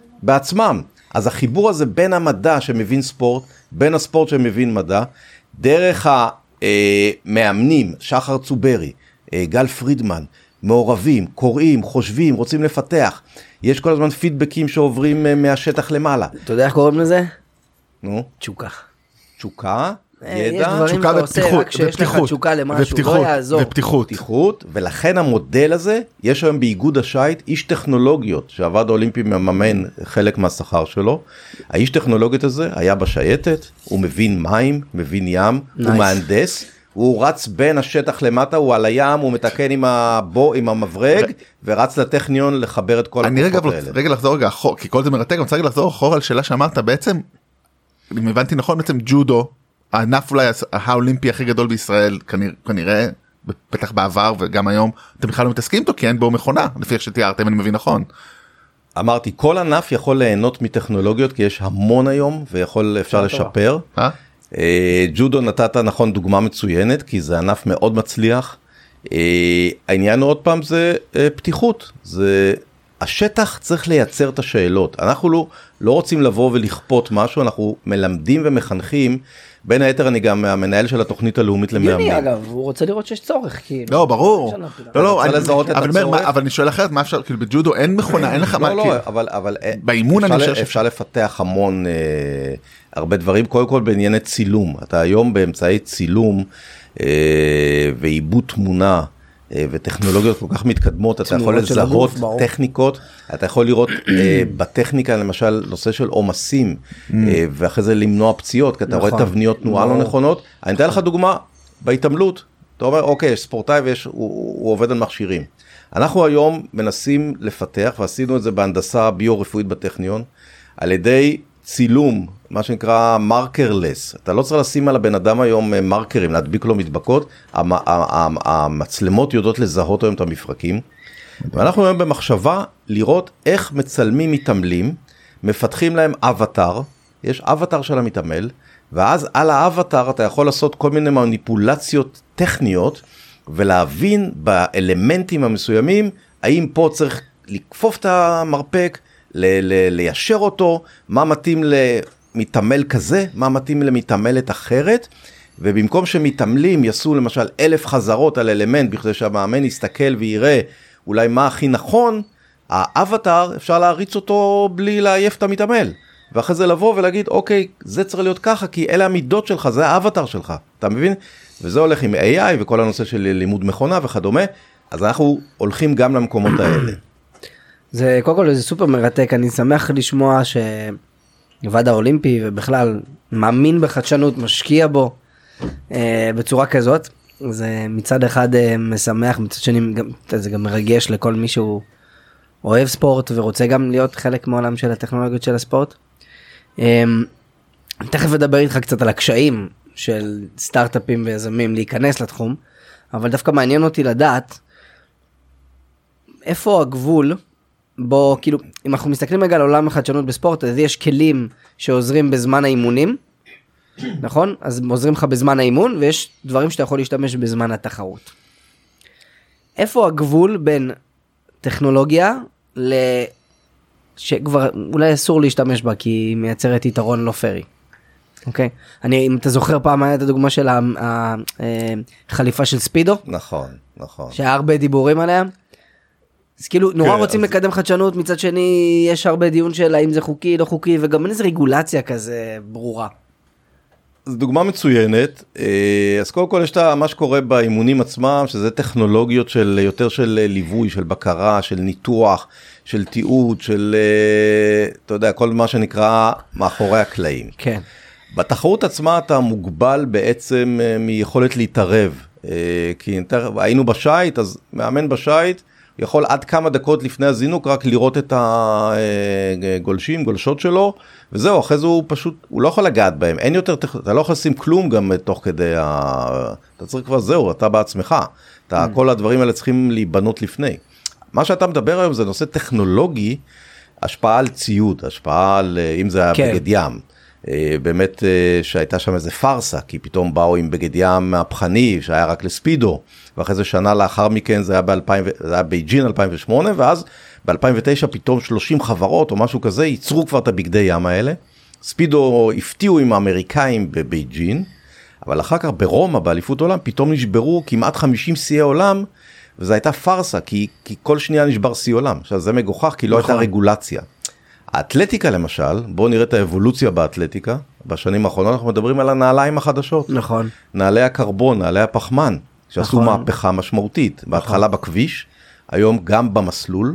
בעצמם. אז החיבור הזה בין המדע שמבין ספורט, בין הספורט שמבין מדע, דרך המאמנים, שחר צוברי, גל פרידמן, מעורבים, קוראים, חושבים, רוצים לפתח. יש כל הזמן פידבקים שעוברים מהשטח למעלה. אתה יודע איך קוראים לזה? נו? תשוקה. תשוקה? ידע, תשוקה ופתיחות, כשיש לך תשוקה למשהו, לא יעזור. ופתיחות. פתיחות, ולכן המודל הזה, יש היום באיגוד השייט, איש טכנולוגיות, שהוועד האולימפי מממן חלק מהשכר שלו, האיש טכנולוגיות הזה היה בשייטת, הוא מבין מים, מבין ים, הוא מהנדס, הוא רץ בין השטח למטה, הוא על הים, הוא מתקן עם הבו, עם המברג, ורץ לטכניון לחבר את כל הכוחות האלה. אני רגע לחזור רגע אחור, כי כל זה מרתק, אני רוצה רגע לחזור אחור על שאלה שאמרת, בעצם, אם הבנתי נכון, בעצם ג'ודו, הענף אולי האולימפי הכי גדול בישראל, כנראה, כנראה, בטח בעבר וגם היום, אתם בכלל לא מתעסקים איתו, כי אין בו מכונה, לפי איך שתיארתם, אני מבין נכון. אמרתי, כל ענף יכול ליהנות מטכנולוגיות, כי יש המון היום, ויכול, אפשר לשפר. אה? ג'ודו נתת נכון דוגמה מצוינת, כי זה ענף מאוד מצליח. העניין עוד פעם זה פתיחות, זה... השטח צריך לייצר את השאלות. אנחנו לא, לא רוצים לבוא ולכפות משהו, אנחנו מלמדים ומחנכים. בין היתר אני גם המנהל של התוכנית הלאומית למאמנים. יוני אגב, הוא רוצה לראות שיש צורך. כאילו. לא, ברור. לא, לא, אני, אבל, אומר, מה, אבל אני שואל אחרת, מה אפשר, כאילו בג'ודו אין מכונה, אין לך מה, לא, כאילו, לא, אבל, אבל, באימון אפשר, אני חושב אפשר, אפשר לפתח המון, אה, הרבה דברים, קודם כל בענייני צילום. אתה היום באמצעי צילום אה, ועיבוד תמונה, וטכנולוגיות כל כך מתקדמות, אתה יכול לזהות טכניקות, אתה יכול לראות בטכניקה למשל נושא של עומסים, ואחרי זה למנוע פציעות, כי אתה רואה תבניות תנועה לא נכונות. אני אתן לך דוגמה, בהתעמלות, אתה אומר, אוקיי, יש ספורטאי והוא עובד על מכשירים. אנחנו היום מנסים לפתח, ועשינו את זה בהנדסה ביו-רפואית בטכניון, על ידי צילום, מה שנקרא מרקרלס. אתה לא צריך לשים על הבן אדם היום מרקרים, להדביק לו מדבקות, המצלמות יודעות לזהות היום את המפרקים, ואנחנו היום במחשבה לראות איך מצלמים מתעמלים, מפתחים להם אבטר, יש אבטר של המתעמל, ואז על האבטר אתה יכול לעשות כל מיני מניפולציות טכניות, ולהבין באלמנטים המסוימים, האם פה צריך לכפוף את המרפק, ל- ל- ליישר אותו, מה מתאים למתעמל כזה, מה מתאים למתעמלת אחרת, ובמקום שמתעמלים יעשו למשל אלף חזרות על אלמנט, בכדי שהמאמן יסתכל ויראה אולי מה הכי נכון, האבטר אפשר להריץ אותו בלי לעייף את המתעמל. ואחרי זה לבוא ולהגיד, אוקיי, זה צריך להיות ככה, כי אלה המידות שלך, זה האבטר שלך, אתה מבין? וזה הולך עם איי איי וכל הנושא של לימוד מכונה וכדומה, אז אנחנו הולכים גם למקומות האלה. זה, קודם כל, זה סופר מרתק, אני שמח לשמוע שוועד האולימפי ובכלל מאמין בחדשנות, משקיע בו אה, בצורה כזאת, זה מצד אחד אה, משמח, מצד שני גם, זה גם מרגש לכל מי שהוא אוהב ספורט ורוצה גם להיות חלק מעולם של הטכנולוגיות של הספורט. אה, תכף אדבר איתך קצת על הקשיים של סטארט-אפים ויזמים להיכנס לתחום, אבל דווקא מעניין אותי לדעת איפה הגבול בו, כאילו, אם אנחנו מסתכלים רגע על עולם החדשנות בספורט, אז יש כלים שעוזרים בזמן האימונים, נכון? אז עוזרים לך בזמן האימון, ויש דברים שאתה יכול להשתמש בזמן התחרות. איפה הגבול בין טכנולוגיה ל... שכבר אולי אסור להשתמש בה, כי היא מייצרת יתרון לא פרי. אוקיי? אני, אם אתה זוכר פעם, היה את הדוגמה של החליפה של ספידו. נכון, נכון. שהיה הרבה דיבורים עליה. אז כאילו, נורא רוצים לקדם חדשנות, מצד שני, יש הרבה דיון של האם זה חוקי, לא חוקי, וגם אין איזו רגולציה כזה ברורה. זו דוגמה מצוינת. אז קודם כל יש את מה שקורה באימונים עצמם, שזה טכנולוגיות של יותר של ליווי, של בקרה, של ניתוח, של תיעוד, של, אתה יודע, כל מה שנקרא מאחורי הקלעים. כן. בתחרות עצמה אתה מוגבל בעצם מיכולת להתערב, כי היינו בשייט, אז מאמן בשייט, יכול עד כמה דקות לפני הזינוק רק לראות את הגולשים, גולשות שלו, וזהו, אחרי זה הוא פשוט, הוא לא יכול לגעת בהם, אין יותר, אתה לא יכול לשים כלום גם תוך כדי, ה... אתה צריך כבר זהו, אתה בעצמך, אתה, כל הדברים האלה צריכים להיבנות לפני. מה שאתה מדבר היום זה נושא טכנולוגי, השפעה על ציוד, השפעה על, אם זה היה בגד ים, באמת שהייתה שם איזה פרסה, כי פתאום באו עם בגד ים מהפכני, שהיה רק לספידו, ואחרי זה שנה לאחר מכן, זה היה ב-אלפיים, זה היה בייג'ין אלפיים ושמונה, ואז ב-אלפיים ותשע פתאום שלושים חברות או משהו כזה, ייצרו כבר את הבגדי ים האלה. ספידו הפתיעו עם האמריקאים בבייג'ין, אבל אחר כך ברומא, באליפות עולם, פתאום נשברו כמעט חמישים שיאי עולם, וזו הייתה פרסה, כי, כי כל שנייה נשבר שיא עולם. עכשיו זה מגוחך, כי לא הייתה רגולציה. האתלטיקה למשל, בואו נראה את האבולוציה באתלטיקה, בשנים האחרונות אנחנו מדברים על הנעליים החדשות. נכון. נעלי הקרבון, נעלי הפחמן, שעשו נכון. מהפכה משמעותית, נכון. בהתחלה בכביש, היום גם במסלול,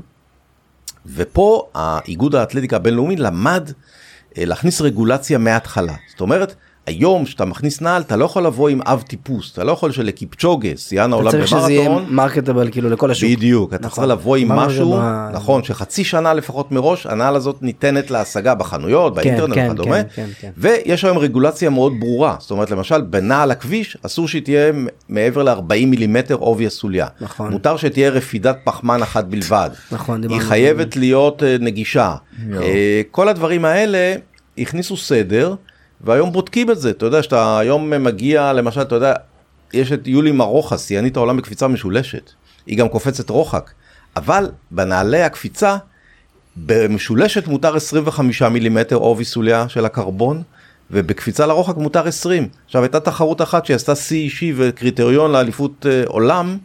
ופה האיגוד האתלטיקה הבינלאומי למד להכניס רגולציה מההתחלה. זאת אומרת, היום שאתה מכניס נעל, אתה לא יכול לבוא עם אב טיפוס, אתה לא יכול שלקיפצ'וגה, שיאן העולם במרתון. אתה צריך שזה יהיה מרקטבל כאילו לכל השוק. בדיוק, אתה צריך לבוא עם משהו, נכון, שחצי שנה לפחות מראש, הנעל הזאת ניתנת להשגה בחנויות, באינטרנט וכדומה, ויש היום רגולציה מאוד ברורה, זאת אומרת למשל, בנעל הכביש, אסור שתהיה מעבר ל-ארבעים מילימטר עובי הסוליה. מותר שתהיה רפידת פחמן אחת בלבד. היא חייבת להיות נגישה. כל הדברים האלה הכניסו סדר, והיום בודקים את זה, אתה יודע, שאתה היום מגיע, למשל, אתה יודע, יש את יולי מרוחס, שיאנית העולם בקפיצה משולשת, היא גם קופצת רוחק, אבל בנעלי הקפיצה, במשולשת מותר עשרים וחמישה מילימטר עובי סוליה של הקרבון, ובקפיצה לרוחק מותר עשרים. עכשיו, הייתה תחרות אחת שעשתה שיא אישי וקריטריון לאליפות עולם,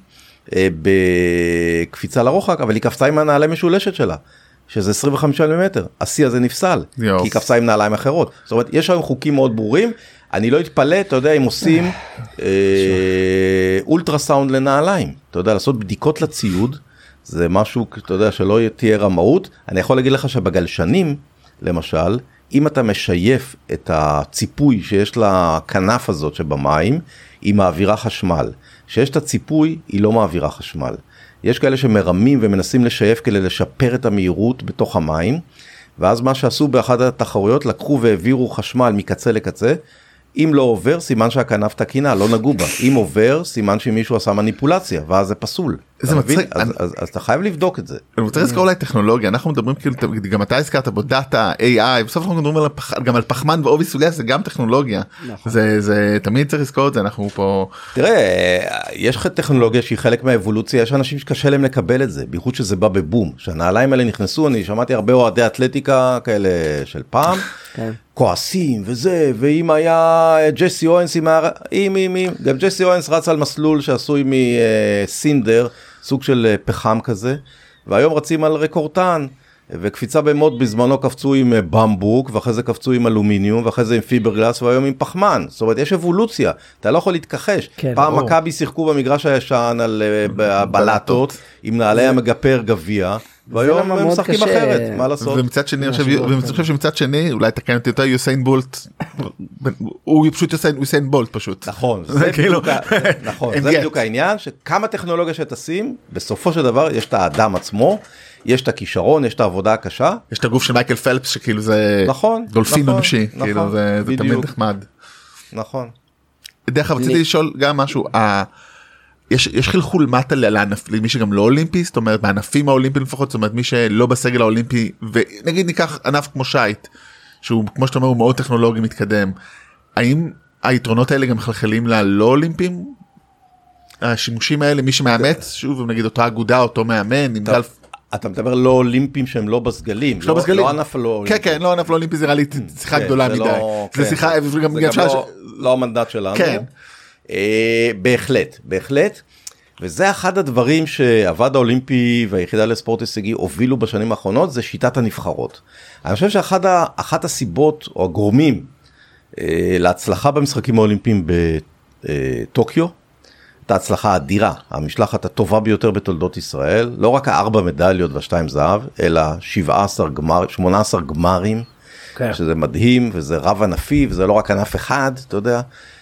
בקפיצה לרוחק, אבל היא קפצה עם הנעלי משולשת שלה. שזה עשרים וחמישה מילימטר, השיא הזה נפסל, יופ. כי היא קפצה עם נעליים אחרות. זאת אומרת, יש היום חוקים מאוד ברורים, אני לא אתפלא, אתה יודע, אם עושים אה, אולטרסאונד לנעליים, אתה יודע, לעשות בדיקות לציוד, זה משהו, אתה יודע, שלא תהיה רמאות. אני יכול להגיד לך שבגלשנים, למשל, אם אתה משייף את הציפוי שיש לכנף הזאת שבמים, היא מעבירה חשמל. שיש את הציפוי, היא לא מעבירה חשמל. יש כאלה שמרמים ומנסים לשייף כדי לשפר את המהירות בתוך המים, ואז מה שעשו באחת התחרויות, לקחו והעבירו חשמל מקצה לקצה, אם לא עובר, סימן שהכנף תקינה, לא נגעו בה. אם עובר, סימן שמישהו עשה מניפולציה, ואז זה פסול. זה מצחיק. אז אתה חייב לבדוק את זה. אני רוצה לזכור אולי טכנולוגיה, אנחנו מדברים כאילו, גם אתה הזכרת בו דאטה, איי איי, בסוף אנחנו מדברים גם על פחמן ועובי סוליה, זה גם טכנולוגיה. זה תמיד צריך לזכור את זה, אנחנו פה... תראה, יש טכנולוגיה שהיא חלק מהאבולוציה, יש אנשים שקשה להם לקבל את זה, בייחוד שזה בא בבום. שהנעליים האלה נכנסו, אני שמעתי הרבה אוהדי אתלטיקה כאלה של פעם, כועסים וזה, ואם היה ג'סי אוינס, אם, אם, אם, גם ג'סי אוינס רץ על מסלול שעשוי מסינדר, סוג של פחם כזה, והיום רצים על רקורטן, וקפיצה במוד בזמנו קפצו עם במבוק, ואחרי זה קפצו עם אלומיניום, ואחרי זה עם פיברגלס, והיום עם פחמן. זאת אומרת, יש אבולוציה, אתה לא יכול להתכחש. כן, פעם או. מכבי שיחקו במגרש הישן על בלטות, עם נעלי המגפר גביע, והיום הם משחקים קשה. אחרת, מה לעשות? ומצד שני, ואני חושב שמצד שני, אולי תקן אותי יותר, יוסיין בולט, הוא פשוט יוסיין בולט פשוט. נכון, זה בדיוק העניין, שכמה טכנולוגיה שתשים, בסופו של דבר יש את האדם עצמו, יש את הכישרון, יש את העבודה הקשה. יש את הגוף של מייקל פלפס, שכאילו זה דולפין אנושי, כאילו זה תמיד נחמד. נכון. דרך אגב, רציתי לשאול גם משהו, יש, יש חלחול מטה לענף, למי שגם לא אולימפי, זאת אומרת, בענפים האולימפיים לפחות, זאת אומרת, מי שלא בסגל האולימפי, ונגיד ניקח ענף כמו שייט, שהוא, כמו שאתה אומר, הוא מאוד טכנולוגי מתקדם, האם היתרונות האלה גם מחלחלים ללא אולימפיים? השימושים האלה, מי שמאמץ, שוב, נגיד אותה אגודה, אותו מאמן, עם גלף... אתה מדבר לא אולימפיים שהם לא בסגלים, לא, בסגלים. לא ענף לא אולימפי. כן, כן, לא ענף לא אולימפי, זה נראה לי שיחה כן, גדולה זה מדי. לא, זה כן. שיחה, זה גם, גם אפשר... לא, לא המנדט שלנו. כן. אה, בהחלט, בהחלט. וזה אחד הדברים שהוועד האולימפי והיחידה לספורט הישגי הובילו בשנים האחרונות, זה שיטת הנבחרות. אני חושב שאחת הסיבות או הגורמים אה, להצלחה במשחקים האולימפיים בטוקיו, את ההצלחה האדירה, המשלחת הטובה ביותר בתולדות ישראל, לא רק הארבע מדליות והשתיים זהב, אלא שבעה עשר גמר, שמונה עשר גמרים, okay. שזה מדהים, וזה רב ענפי, וזה לא רק ענף אחד, אתה יודע,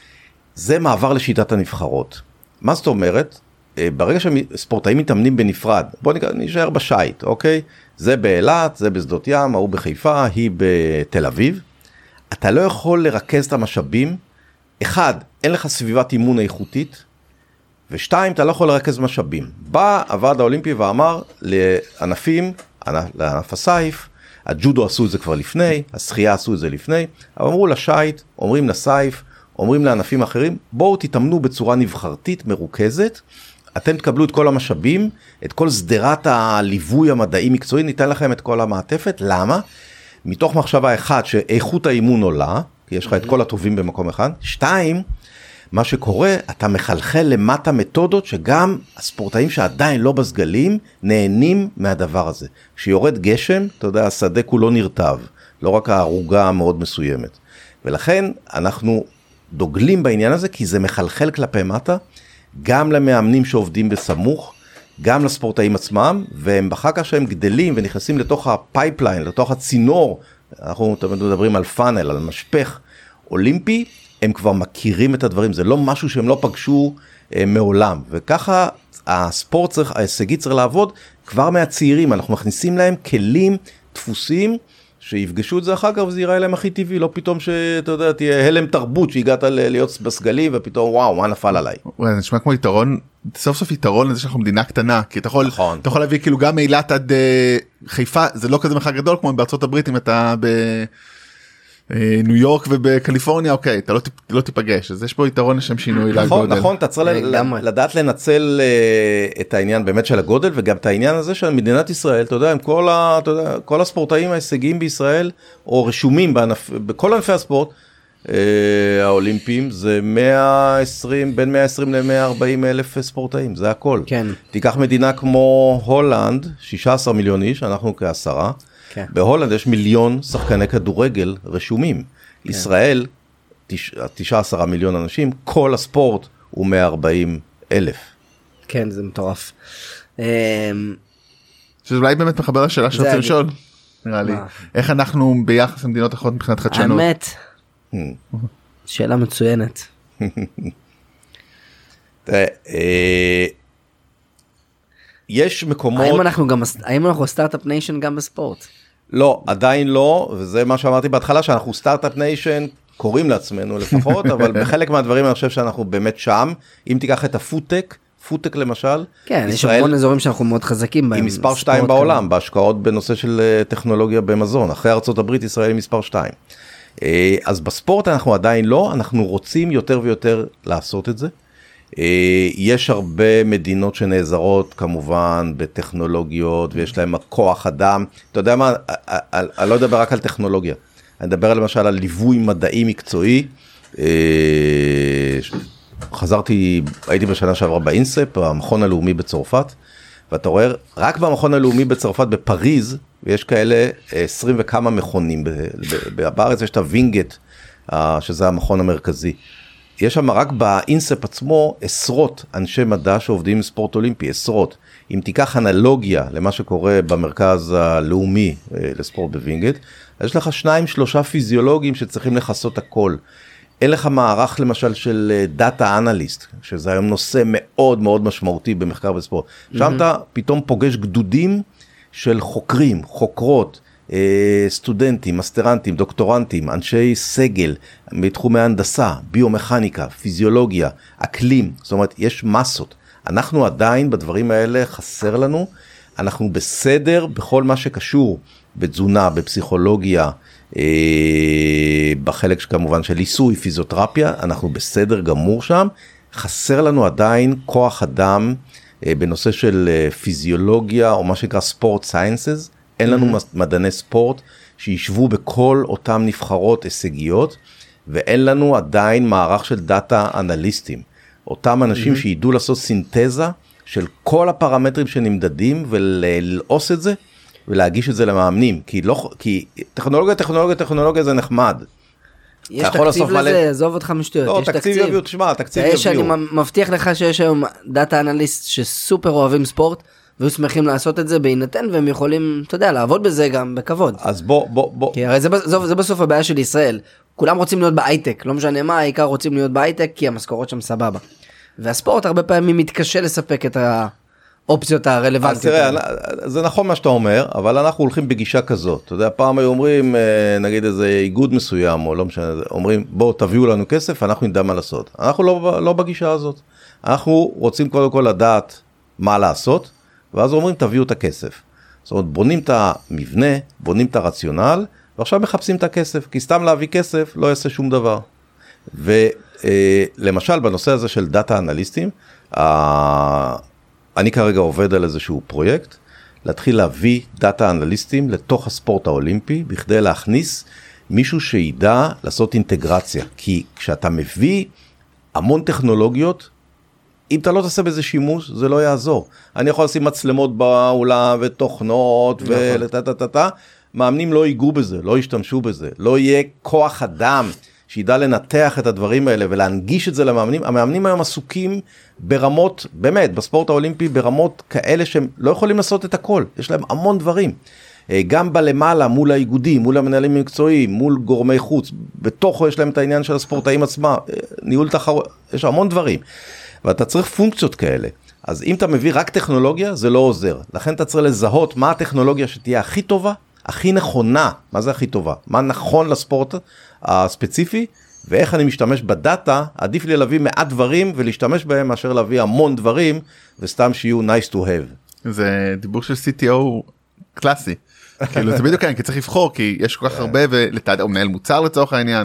זה מעבר לשיטת הנבחרות. מה זאת אומרת? ברגע שספורטאים מתאמנים בנפרד, בוא נשאר בשייט, אוקיי? זה באילת, זה בשדות ים, הוא בחיפה, היא בתל אביב. אתה לא יכול לרכז את המשאבים. אחד, אין לך סביבת אימון איכותית, ושתיים, אתה לא יכול לרכז משאבים. בא הוועד האולימפי ואמר לענפים, לענף הסייף, הג'ודו עשו את זה כבר לפני, השחייה עשו את זה לפני, אבל אמרו לשייט, אומרים לסייף, אומרים לענפים אחרים, בואו תתאמנו בצורה נבחרתית, מרוכזת, אתם תקבלו את כל המשאבים, את כל סדרת הליווי המדעי מקצועי, ניתן לכם את כל המעטפת, למה? מתוך מחשבה אחת, שאיכות האימון עולה, כי יש לך את כל הטובים במקום אחד, שתיים, מה שקורה, אתה מחלחל למטה מתודות, שגם הספורטאים שעדיין לא בסגלים, נהנים מהדבר הזה. כשיורד גשם, אתה יודע, השדה כולו נרטב, לא רק ההרוגה המאוד מסוימת. ולכן אנחנו דוגלים בעניין הזה, כי זה מחלחל כלפי מטה, גם למאמנים שעובדים בסמוך, גם לספורטאים עצמם, והם אחר כך שהם גדלים ונכנסים לתוך הפייפליין, לתוך הצינור, אנחנו תמיד מדברים על פאנל, על משפך אולימפי, הם כבר מכירים את הדברים, זה לא משהו שהם לא פגשו אה, מעולם, וככה הספורט צריך, ההישגי צריך לעבוד כבר מהצעירים, אנחנו מכניסים להם כלים, דפוסים, שיפגשו את זה אחר כך, וזה ייראה להם הכי טבעי, לא פתאום שאתה יודע, תהיה הלם תרבות, שהגעת להיות בסגלים, ופתאום וואו, מה נפל עליי. זה נשמע כמו יתרון, סוף סוף יתרון לזה שאנחנו מדינה קטנה, כי אתה יכול, נכון. אתה יכול להביא כאילו גם מאילת עד uh, חיפה, זה לא כזה מרחק גדול, כמו בארצות הברית, אם אתה ב... ניו יורק ובקליפורניה, אוקיי, אתה לא, לא תיפגש, אז יש פה יתרון לשם שינוי נכון, לגודל. נכון, אתה צריך לדעת לנצל את העניין באמת של הגודל, וגם את העניין הזה של מדינת ישראל, אתה יודע, עם כל, ה, אתה יודע, כל הספורטאים ההישגיים בישראל, או רשומים בענף, בכל ענפי הספורט, האולימפיים, זה מאה ועשרים, בין מאה ועשרים ל-מאה וארבעים אלף ספורטאים, זה הכל. כן. תיקח מדינה כמו הולנד, שישה עשר מיליון איש, אנחנו כעשרה, כן. בהולנד יש מיליון שחקני כדורגל רשומים. כן. ישראל, תשעה עשר מיליון אנשים, כל הספורט הוא מאה וארבעים אלף. כן, זה מטורף. שזה אולי באמת מחבר לשאלה שרוצה לשאול, נראה לי. איך אנחנו ביחס למדינות אחרות מבחינת חדשנות? האמת, שאלה מצוינת. יש מקומות... האם אנחנו גם, האם אנחנו סטארט-אפ ניישן גם בספורט? לא, עדיין לא, וזה מה שאמרתי בהתחלה, שאנחנו סטארט-אפ ניישן, קוראים לעצמנו לפחות, אבל בחלק מהדברים אני חושב שאנחנו באמת שם. אם תיקח את הפודטק, פודטק למשל. כן, יש המון אזורים שאנחנו מאוד חזקים בהם. היא מספר שתיים בעולם, בהשקעות בנושא של טכנולוגיה במזון. אחרי ארצות הברית, ישראל היא מספר שתיים. אז בספורט אנחנו עדיין לא, אנחנו רוצים יותר ויותר לעשות את זה. יש הרבה מדינות שנעזרות כמובן בטכנולוגיות, ויש להם כוח אדם. אתה יודע מה, אני לא אדבר רק על טכנולוגיה. אני אדבר למשל על ליווי מדעי מקצועי. חזרתי, הייתי בשנה שעברה באינספ, המכון הלאומי בצרפת, ואתה רואה, רק במכון הלאומי בצרפת, בפריז, ויש כאלה עשרים וכמה מכונים, בארץ יש את הווינגט, שזה המכון המרכזי. יש שם רק באינספ עצמו עשרות אנשי מדע שעובדים עם ספורט אולימפי, עשרות. אם תיקח אנלוגיה למה שקורה במרכז הלאומי לספורט בווינגט, יש לך שניים, שלושה פיזיולוגים שצריכים לחסות הכל. אין לך מערך למשל של דאטה אנליסט, שזה היום נושא מאוד מאוד משמעותי במחקר בספורט. שם אתה פתאום פוגש גדודים של חוקרים, חוקרות, סטודנטים, מסטרנטים, דוקטורנטים, אנשי סגל, מתחומי הנדסה, ביומכניקה, פיזיולוגיה, אקלים, זאת אומרת, יש מסות. אנחנו עדיין בדברים האלה חסר לנו, אנחנו בסדר בכל מה שקשור בתזונה, בפסיכולוגיה, בחלק כמובן של עיסוי, פיזיותרפיה, אנחנו בסדר גמור שם, חסר לנו עדיין כוח אדם בנושא של פיזיולוגיה או מה שנקרא ספורט סיינסס, אין לנו מדעני ספורט שישבו בכל אותם נבחרות הישגיות, ואין לנו עדיין מערך של דאטה אנליסטים, אותם אנשים שידעו לעשות סינתזה של כל הפרמטרים שנמדדים ולעוס את זה, ולהגיש את זה למאמנים, כי, לא, כי טכנולוגיה, טכנולוגיה, טכנולוגיה זה נחמד. יש תקציב לזה, עזוב אותך משטויות, לא, יש תקציב. תקציב יביאו, תשמע, תקציב יביאו. אני מבטיח לך שיש היום דאטה אנליסט שסופר אוהבים ספורט, והיו שמחים לעשות את זה בהינתן, והם יכולים, אתה יודע, לעבוד בזה גם בכבוד. אז בוא, בוא, בוא. כי הרי זה, זה, זה בסוף הבעיה של ישראל. כולם רוצים להיות בהייטק, לא משנה מה, העיקר רוצים להיות בהייטק, כי המשכורות שם סבבה. והספורט הרבה פעמים מתקשה לספק את האופציות הרלוונטיות. אז תראה, זה נכון מה שאתה אומר, אבל אנחנו הולכים בגישה כזאת. אתה יודע, פעם היו אומרים, נגיד איזה איגוד מסוים, או לא משנה, אומרים, בואו תביאו לנו כסף, אנחנו נדע מה לעשות. אנחנו לא, לא בגישה הזאת. אנחנו רוצים קודם כל לדעת מה לעשות, ואז אומרים, תביאו את הכסף. זאת אומרת, בונים את המבנה, בונים את הרציונל, ועכשיו מחפשים את הכסף, כי סתם להביא כסף לא יעשה שום דבר. ולמשל, בנושא הזה של דאטה אנליסטים, אני כרגע עובד על איזשהו פרויקט, להתחיל להביא דאטה אנליסטים לתוך הספורט האולימפי, בכדי להכניס מישהו שידע לעשות אינטגרציה. כי כשאתה מביא המון טכנולוגיות, אם אתה לא תעשה בזה שימוש, זה לא יעזור. אני יכול לשים מצלמות באולם ותוכנות ולטטטטה, מאמנים לא ייגעו בזה, לא ישתמשו בזה, לא יהיה כוח אדם שידע לנתח את הדברים האלה ולהנגיש את זה למאמנים. המאמנים היום עסוקים ברמות, באמת, בספורט האולימפי, ברמות כאלה שהם לא יכולים לעשות את הכל. יש להם המון דברים. גם בלמעלה, מול האיגודים, מול המנהלים המקצועיים, מול גורמי חוץ, בתוכו יש להם את העניין של הספורטאים עצמה, ניהול תחרות, יש המון דברים. ואתה צריך פונקציות כאלה. אז אם אתה מביא רק טכנולוגיה, זה לא עוזר. לכן אתה צריך לזהות מה הטכנולוגיה שתהיה הכי טובה, הכי נכונה. מה זה הכי טובה? מה נכון לספורט הספציפי, ואיך אני משתמש בדאטה, עדיף לי להביא מעט דברים, ולהשתמש בהם מאשר להביא המון דברים, וסתם שיהיו nice to have. זה דיבור של סי טי או קלאסי. כאילו זה בדיוק כן, כי צריך לבחור, כי יש כל כך הרבה, ולתעד, או מנהל מוצר לצורך העניין.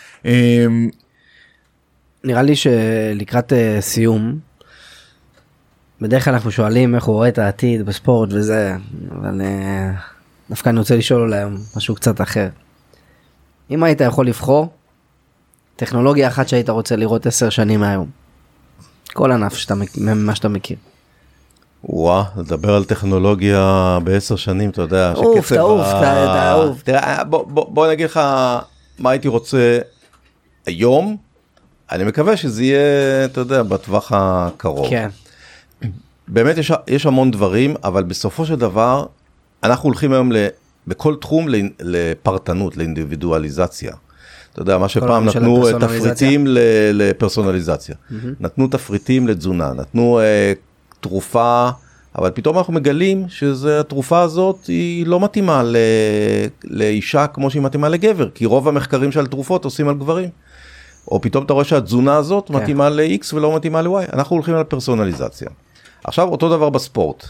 נראה לי שלקראת סיום, בדרך כלל אנחנו שואלים איך הוא רואה את העתיד בספורט וזה, אבל דווקא אני רוצה לשאול אולי משהו קצת אחר. אם היית יכול לבחור, טכנולוגיה אחת שהיית רוצה לראות עשר שנים מהיום, כל ענף שאתה, מה שאתה מכיר. וואה, לדבר על טכנולוגיה בעשר שנים, אתה יודע, אוף, תעוף, תעוף. תראה, בוא, בוא, בוא נגיד לך מה הייתי רוצה היום, אני מקווה שזה יהיה, אתה יודע, בטווח הקרוב. כן. באמת יש, יש המון דברים, אבל בסופו של דבר, אנחנו הולכים היום ל, בכל תחום לפרטנות, לאינדיבידואליזציה. אתה יודע, מה שפעם נתנו תפריטים לפרסונליזציה. Mm-hmm. נתנו תפריטים לתזונה, נתנו uh, תרופה, אבל פתאום אנחנו מגלים שהתרופה הזאת היא לא מתאימה ל, לאישה כמו שהיא מתאימה לגבר, כי רוב המחקרים של תרופות עושים על גברים. או פתאום אתה רואה שהתזונה הזאת מתאימה ל-X ולא מתאימה ל-Y. אנחנו הולכים על פרסונליזציה. עכשיו, אותו דבר בספורט.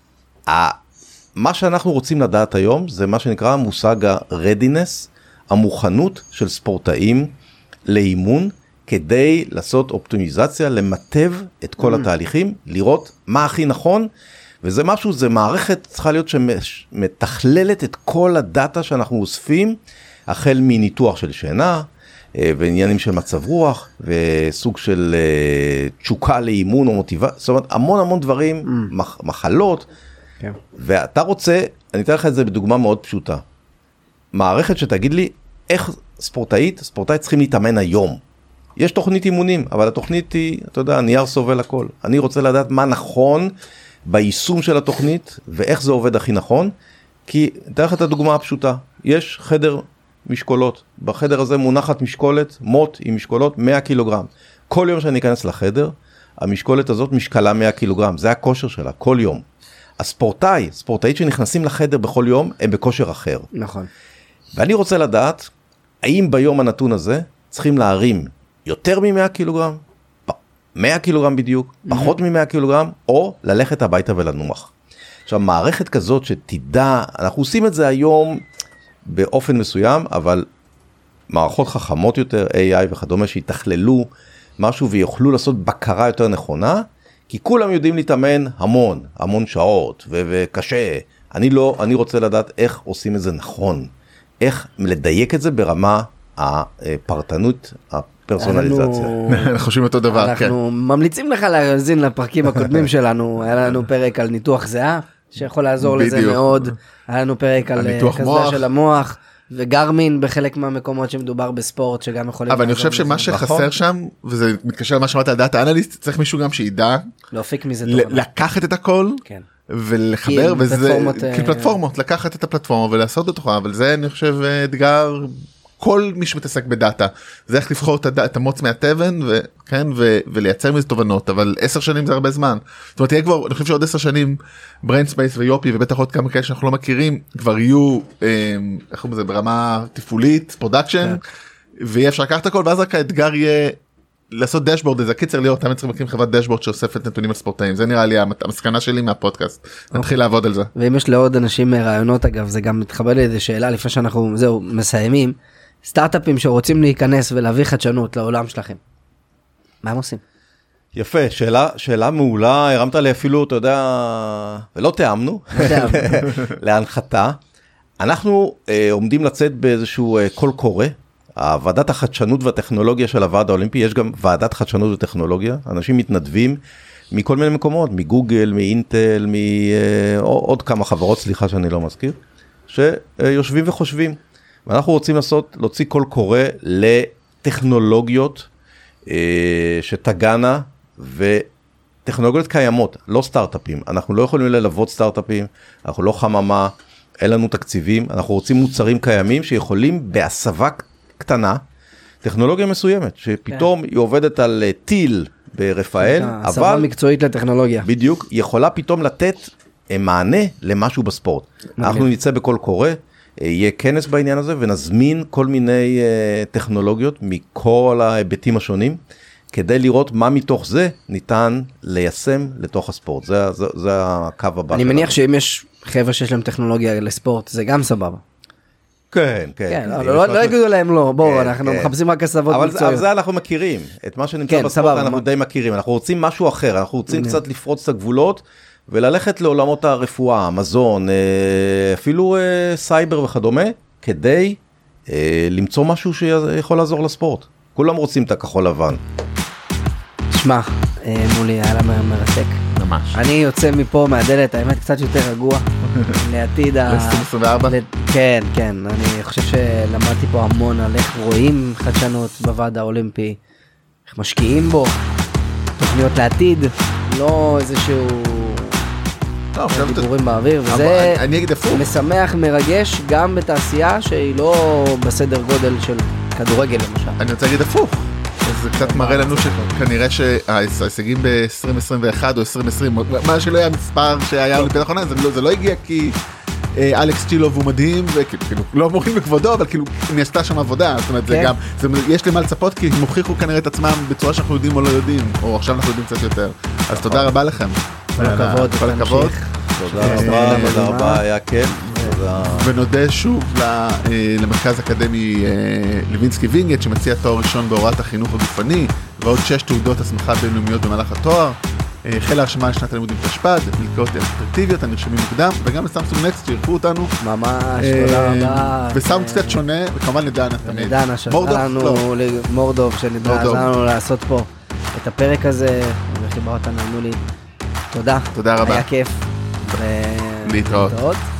מה שאנחנו רוצים לדעת היום, זה מה שנקרא מושג ה-readiness, המוכנות של ספורטאים לאימון, כדי לעשות אופטימיזציה, למטב את כל התהליכים, לראות מה הכי נכון, וזה משהו, זה מערכת צריכה להיות שמתכללת את כל הדאטה שאנחנו אוספים, החל מניתוח של שינה, ועניינים של מצב רוח, וסוג של תשוקה לאימון או מוטיבציה, זאת אומרת, המון המון דברים, מחלות, ואתה רוצה, אני אתן לך את זה בדוגמה מאוד פשוטה, מערכת שתגיד לי, איך ספורטאית, ספורטאית צריכים להתאמן היום. יש תוכנית אימונים, אבל התוכנית היא, אתה יודע, נייר סובל הכל. אני רוצה לדעת מה נכון ביישום של התוכנית, ואיך זה עובד הכי נכון, כי, אתן לך את הדוגמה הפשוטה, יש חדר משקולות, בחדר הזה מונחת משקולת, מוט עם משקולות מאה קילוגרם. כל יום שאני אכנס לחדר, המשקולת הזאת משקלה מאה קילוגרם, זה הכושר שלה, כל יום. הספורטאי, ספורטאית שנכנסים לחדר בכל יום, הם בכושר אחר. נכון. ואני רוצה לדעת, האם ביום הנתון הזה צריכים להרים יותר מ-מאה קילוגרם, מאה קילוגרם בדיוק, פחות מ-מאה קילוגרם, או ללכת הביתה ולנוח. עכשיו, מערכת כזאת שתדע, אנחנו עושים את זה היום באופן מסוים, אבל מערכות חכמות יותר, איי איי וכדומה, שיתכללו משהו ויוכלו לעשות בקרה יותר נכונה, כי כולם יודעים להתאמן המון, המון שעות, ו- וקשה. אני לא, אני רוצה לדעת איך עושים את זה נכון. איך לדייק את זה ברמה הפרטנות, הפרסונליזציה. אנחנו חושבים אותו דבר, כן. אנחנו ממליצים לך להאזין לפרקים הקודמים שלנו, היה לנו פרק על ניתוח זהה, שיכול לעזור לזה מאוד, היה לנו פרק על חסדה של המוח, וגרמין בחלק מהמקומות שמדובר בספורט, שגם יכולים... אבל אני חושב שמה שחסר שם, וזה מתקשר למה שאמרת על דאטה אנליסט, צריך מישהו גם שידע, להפיק מזה טוב. לקחת את הכל, כן. ולחבר, וזה, פלטפורמות, לקחת את הפלטפורמה ולעשות בתוכה, אבל זה אני חושב אתגר, כל מי שמתעסק בדאטה, זה איך לבחור את המוץ מהתבן, וכן, ולייצר מזה תובנות, אבל עשר שנים זה הרבה זמן. זאת אומרת, יהיה כבר, אני חושב שעוד עשר שנים, בריינספייס ויופי, ובטח עוד כמה כאלה שאנחנו לא מכירים, כבר יהיו, איך אומרים זה, ברמה תפעולית, פרודקשן, ויהיה אפשר לקחת הכל, ואז רק האתגר יהיה, לעשות דשבורד, זה קיצר להיות, תמיד צריכים להקים חברת דשבורד שאוספת נתונים על ספורטאים, זה נראה לי המסקנה שלי מהפודקאסט, נתחיל לעבוד על זה. ואם יש לעוד אנשים רעיונות אגב, זה גם מתחבר לאיזו שאלה לפני שאנחנו, זהו, מסיימים, סטארט-אפים שרוצים להיכנס ולהביא חדשנות לעולם שלכם, מה הם עושים? יפה, שאלה, שאלה מעולה, הרמת לי אפילו, אתה יודע, ולא תאמנו, להנחתה. אנחנו אה, עומדים לצאת באיזשהו אה, קול קורא, ועדת החדשנות והטכנולוגיה של הוועד האולימפי, יש גם ועדת חדשנות וטכנולוגיה, אנשים מתנדבים מכל מיני מקומות, מגוגל, מאינטל, מעוד כמה חברות, סליחה שאני לא מזכיר, שיושבים וחושבים. ואנחנו רוצים לעשות, להוציא קול קורא לטכנולוגיות שתגענה, וטכנולוגיות קיימות, לא סטארט-אפים. אנחנו לא יכולים ללוות סטארט-אפים, אנחנו לא חממה, אין לנו תקציבים, אנחנו רוצים מוצרים קיימים שיכולים בהסבה קטנה, טכנולוגיה מסוימת, שפתאום היא עובדת על טיל ברפאל, אבל... הסבה מקצועית לטכנולוגיה. בדיוק, היא יכולה פתאום לתת מענה למשהו בספורט. אנחנו נצא בכל קורא, יהיה כנס בעניין הזה, ונזמין כל מיני טכנולוגיות מכל ההיבטים השונים, כדי לראות מה מתוך זה ניתן ליישם לתוך הספורט. זה, זה, זה הקו הבא. אני מניח שאם יש חבר'ה שיש להם טכנולוגיה לספורט, זה גם סבבה. כן, כן. כן, לא יגידו להם לא, בואו, אנחנו מחפשים רק הסבות מקצועיות. אבל זה אנחנו מכירים, את מה שנמצא בספורט אנחנו די מכירים, אנחנו רוצים משהו אחר, אנחנו רוצים קצת לפרוץ את הגבולות, וללכת לעולמות הרפואה, המזון, אפילו סייבר וכדומה, כדי למצוא משהו שיכול לעזור לספורט. כולם רוצים את הכחול לבן. תשמע, מולי, היה לה מרתק. ממש. אני יוצא מפה מהדלת, האמת קצת יותר רגוע, לעתיד ה... ל-עשרים עשרים וארבע? כן, כן, אני חושב שלמדתי פה המון על איך רואים חדשנות בוועד האולימפי, איך משקיעים בו, תוכניות לעתיד, לא איזשהו... דיבורים באוויר, וזה משמח, מרגש גם בתעשייה שהיא לא בסדר גודל של כדורגל למשל. אני רוצה להגיד הפוך. זה קצת מראה לנו שכנראה שההישגים ב-עשרים עשרים ואחת או עשרים עשרים, מה שלא היה מספר שהיה אולימפיאדה האחרונה, זה לא הגיע כי אלכס צ'ילוב הוא מדהים, וכאילו, לא מוכרים בכבודו, אבל כאילו, נעשתה שם עבודה, זאת אומרת, זה גם, יש לי מה לצפות, כי הם הוכיחו כנראה את עצמם בצורה שאנחנו יודעים או לא יודעים, או עכשיו אנחנו יודעים קצת יותר. אז תודה רבה לכם. כל הכבוד, כל הכבוד. תודה רבה, תודה רבה, היה כיף. ונודה שוב למרכז אקדמי לוינסקי וינגייט, שמציע תואר ראשון בהוראת החינוך הגופני, ועוד שש תעודות הסמכה בינלאומיות במהלך התואר. החלה הרשמה לשנת הלימודים תשפ"ד, בלקאות אטרקטיביות, הנרשמים מוקדם, וגם לסמסונג נקסט שירכו אותנו. ממש, תודה רבה. וסאונד קצת שונה, וכמובן לדנה תמיד. לדנה, שעזרה לנו, מורדוב, שעזרה לנו לעשות פה את הפרק הזה, וחיברה אותנו, אמרו לי, תודה. תודה רבה. היה כיף. להתראות.